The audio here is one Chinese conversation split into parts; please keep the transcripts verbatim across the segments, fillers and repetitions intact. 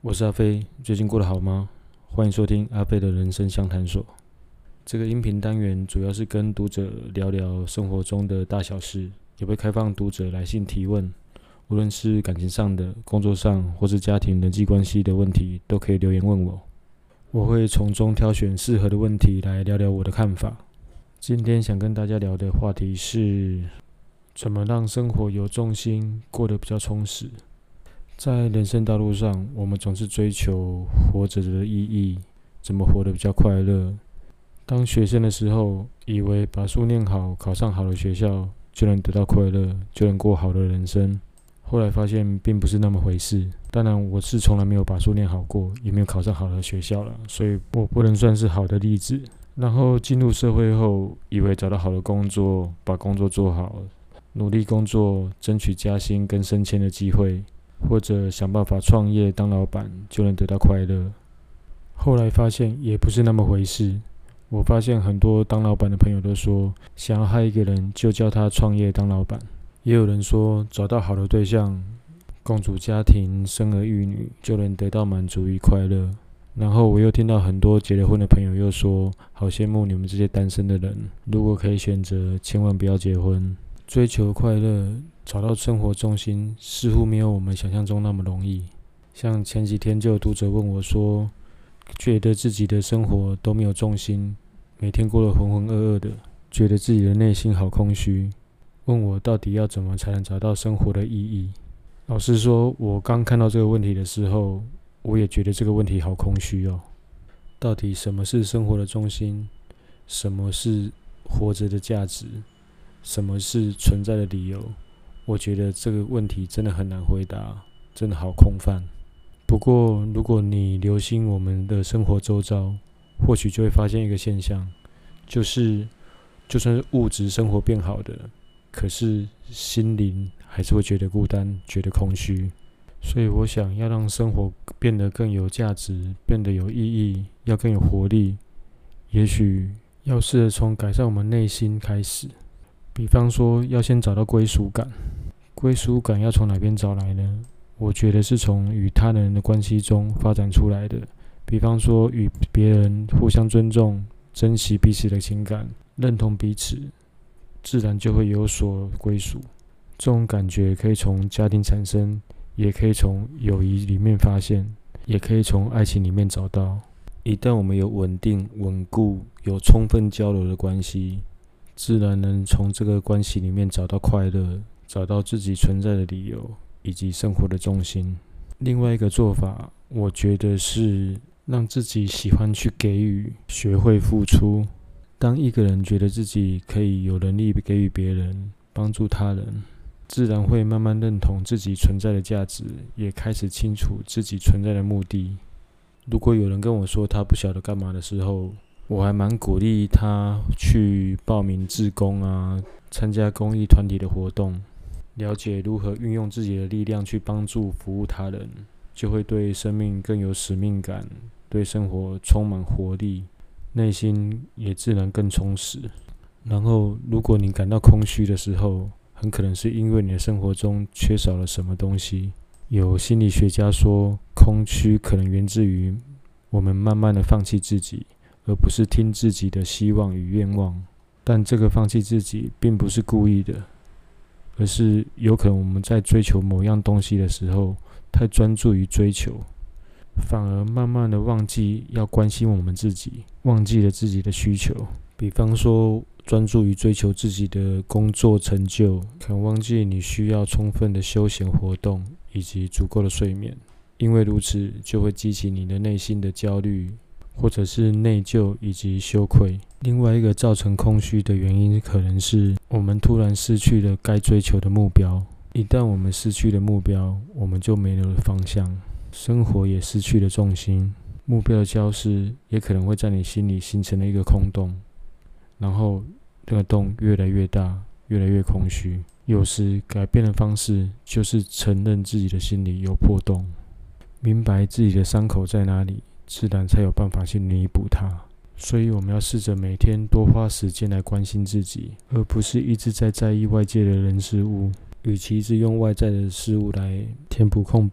我是阿飞，最近过得好吗？欢迎收听阿飞的人生相谈所。这个音频单元主要是跟读者聊聊生活中的大小事，也会开放读者来信提问，无论是感情上的、工作上或是家庭人际关系的问题，都可以留言问我。我会从中挑选适合的问题来聊聊我的看法。今天想跟大家聊的话题是，怎么让生活有重心，过得比较充实。在人生道路上，我们总是追求活着的意义，怎么活得比较快乐。当学生的时候，以为把书念好，考上好的学校，就能得到快乐，就能过好的人生。后来发现并不是那么回事。当然，我是从来没有把书念好过，也没有考上好的学校了，所以我不能算是好的例子。然后进入社会后，以为找到好的工作，把工作做好，努力工作，争取加薪跟升迁的机会，或者想办法创业当老板，就能得到快乐。后来发现也不是那么回事。我发现很多当老板的朋友都说，想要害一个人就叫他创业当老板。也有人说，找到好的对象，共组家庭，生儿育女，就能得到满足与快乐。然后我又听到很多结了婚的朋友又说，好羡慕你们这些单身的人，如果可以选择，千万不要结婚。追求快乐，找到生活重心，似乎没有我们想象中那么容易。像前几天就有读者问我说，觉得自己的生活都没有重心，每天过得浑浑噩噩的，觉得自己的内心好空虚，问我到底要怎么才能找到生活的意义。老实说，我刚看到这个问题的时候，我也觉得这个问题好空虚哦。到底什么是生活的重心？什么是活着的价值？什么是存在的理由？我觉得这个问题真的很难回答，真的好空泛。不过，如果你留心我们的生活周遭，或许就会发现一个现象，就是就算是物质生活变好的，可是心灵还是会觉得孤单，觉得空虚。所以我想要让生活变得更有价值，变得有意义，要更有活力，也许要试着从改善我们内心开始。比方说，要先找到归属感。归属感要从哪边找来呢？我觉得是从与他人的关系中发展出来的。比方说，与别人互相尊重，珍惜彼此的情感，认同彼此，自然就会有所归属。这种感觉可以从家庭产生，也可以从友谊里面发现，也可以从爱情里面找到。一旦我们有稳定、稳固、有充分交流的关系，自然能从这个关系里面找到快乐，找到自己存在的理由，以及生活的重心。另外一个做法，我觉得是让自己喜欢去给予，学会付出。当一个人觉得自己可以有能力给予别人，帮助他人，自然会慢慢认同自己存在的价值，也开始清楚自己存在的目的。如果有人跟我说他不晓得干嘛的时候，我还蛮鼓励他去报名志工啊，参加公益团体的活动，了解如何运用自己的力量去帮助服务他人，就会对生命更有使命感，对生活充满活力，内心也自然更充实。然后如果你感到空虚的时候，很可能是因为你的生活中缺少了什么东西。有心理学家说，空虚可能源自于我们慢慢的放弃自己，而不是听自己的希望与愿望。但这个放弃自己并不是故意的，而是有可能我们在追求某样东西的时候，太专注于追求，反而慢慢的忘记要关心我们自己，忘记了自己的需求。比方说，专注于追求自己的工作成就，可能忘记你需要充分的休闲活动以及足够的睡眠，因为如此就会激起你的内心的焦虑，或者是内疚以及羞愧。另外一个造成空虚的原因，可能是我们突然失去了该追求的目标。一旦我们失去了目标，我们就没了方向，生活也失去了重心。目标的消失，也可能会在你心里形成了一个空洞，然后这个洞越来越大，越来越空虚。有时改变的方式就是承认自己的心里有破洞，明白自己的伤口在哪里，自然才有办法去弥补它。所以我们要试着每天多花时间来关心自己，而不是一直在在意外界的人事物。与其一直用外在的事物来填补空白，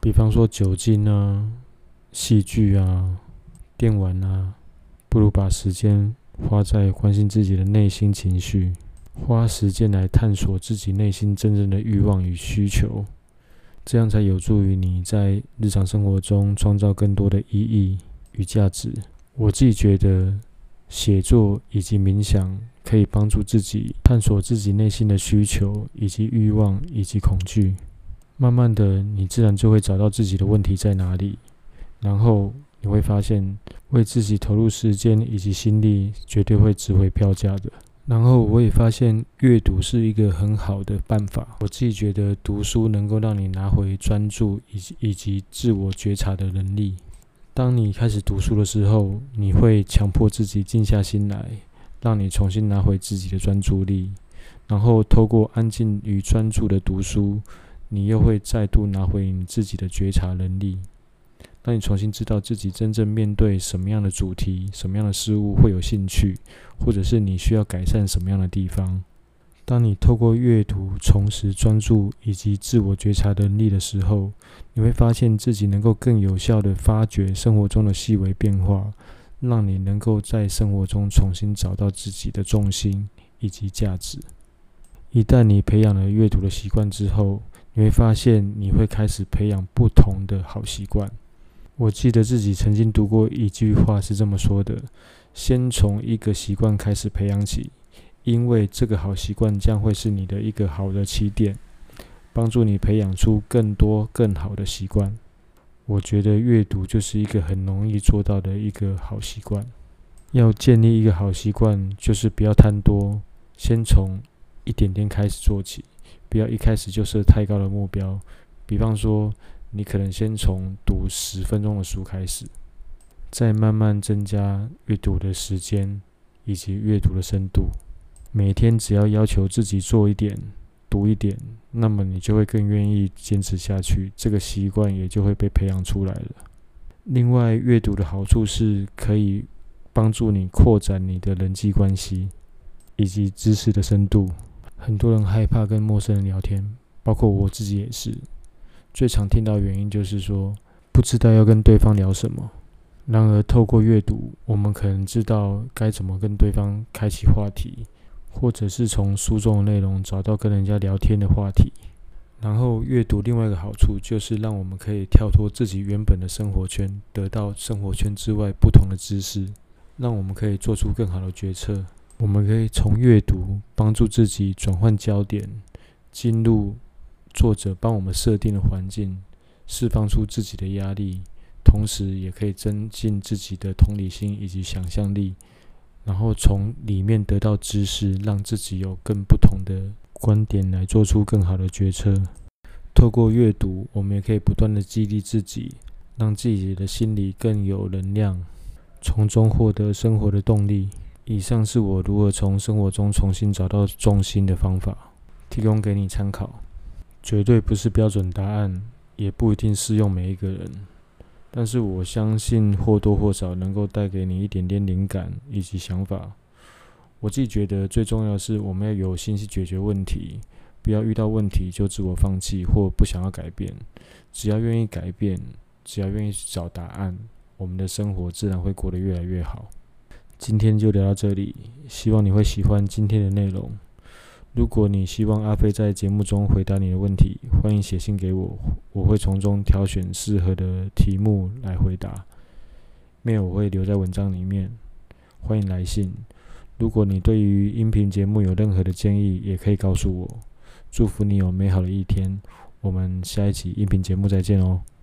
比方说酒精啊、戏剧啊、电玩啊，不如把时间花在关心自己的内心情绪，花时间来探索自己内心真正的欲望与需求，这样才有助于你在日常生活中创造更多的意义与价值。我自己觉得写作以及冥想可以帮助自己探索自己内心的需求以及欲望以及恐惧，慢慢的你自然就会找到自己的问题在哪里，然后你会发现为自己投入时间以及心力绝对会值回票价的。然后我也发现阅读是一个很好的办法，我自己觉得读书能够让你拿回专注以及以及自我觉察的能力。当你开始读书的时候，你会强迫自己静下心来，让你重新拿回自己的专注力，然后透过安静与专注的读书，你又会再度拿回你自己的觉察能力，让你重新知道自己真正面对什么样的主题、什么样的事物会有兴趣，或者是你需要改善什么样的地方。当你透过阅读重拾专注以及自我觉察能力的时候，你会发现自己能够更有效地发掘生活中的细微变化，让你能够在生活中重新找到自己的重心以及价值。一旦你培养了阅读的习惯之后，你会发现你会开始培养不同的好习惯。我记得自己曾经读过一句话是这么说的：先从一个习惯开始培养起，因为这个好习惯将会是你的一个好的起点，帮助你培养出更多更好的习惯。我觉得阅读就是一个很容易做到的一个好习惯。要建立一个好习惯，就是不要贪多，先从一点点开始做起，不要一开始就设太高的目标。比方说，你可能先从读十分钟的书开始，再慢慢增加阅读的时间以及阅读的深度。每天只要要求自己做一点、读一点，那么你就会更愿意坚持下去，这个习惯也就会被培养出来了。另外，阅读的好处是可以帮助你扩展你的人际关系以及知识的深度。很多人害怕跟陌生人聊天，包括我自己也是。最常听到的原因就是说，不知道要跟对方聊什么。然而，透过阅读，我们可能知道该怎么跟对方开启话题，或者是从书中的内容找到跟人家聊天的话题。然后，阅读另外一个好处就是让我们可以跳脱自己原本的生活圈，得到生活圈之外不同的知识，让我们可以做出更好的决策。我们可以从阅读帮助自己转换焦点，进入作者帮我们设定的环境，释放出自己的压力，同时也可以增进自己的同理心以及想象力，然后从里面得到知识，让自己有更不同的观点来做出更好的决策。透过阅读，我们也可以不断的激励自己，让自己的心理更有能量，从中获得生活的动力。以上是我如何从生活中重新找到重心的方法，提供给你参考。绝对不是标准答案，也不一定适用每一个人，但是我相信或多或少能够带给你一点点灵感以及想法。我自己觉得最重要的是，我们要有心去解决问题，不要遇到问题就自我放弃或不想要改变。只要愿意改变，只要愿意去找答案，我们的生活自然会过得越来越好。今天就聊到这里，希望你会喜欢今天的内容。如果你希望阿飞在节目中回答你的问题，欢迎写信给我，我会从中挑选适合的题目来回答。mail我会留在文章里面，欢迎来信。如果你对于音频节目有任何的建议，也可以告诉我。祝福你有美好的一天，我们下一期音频节目再见哦。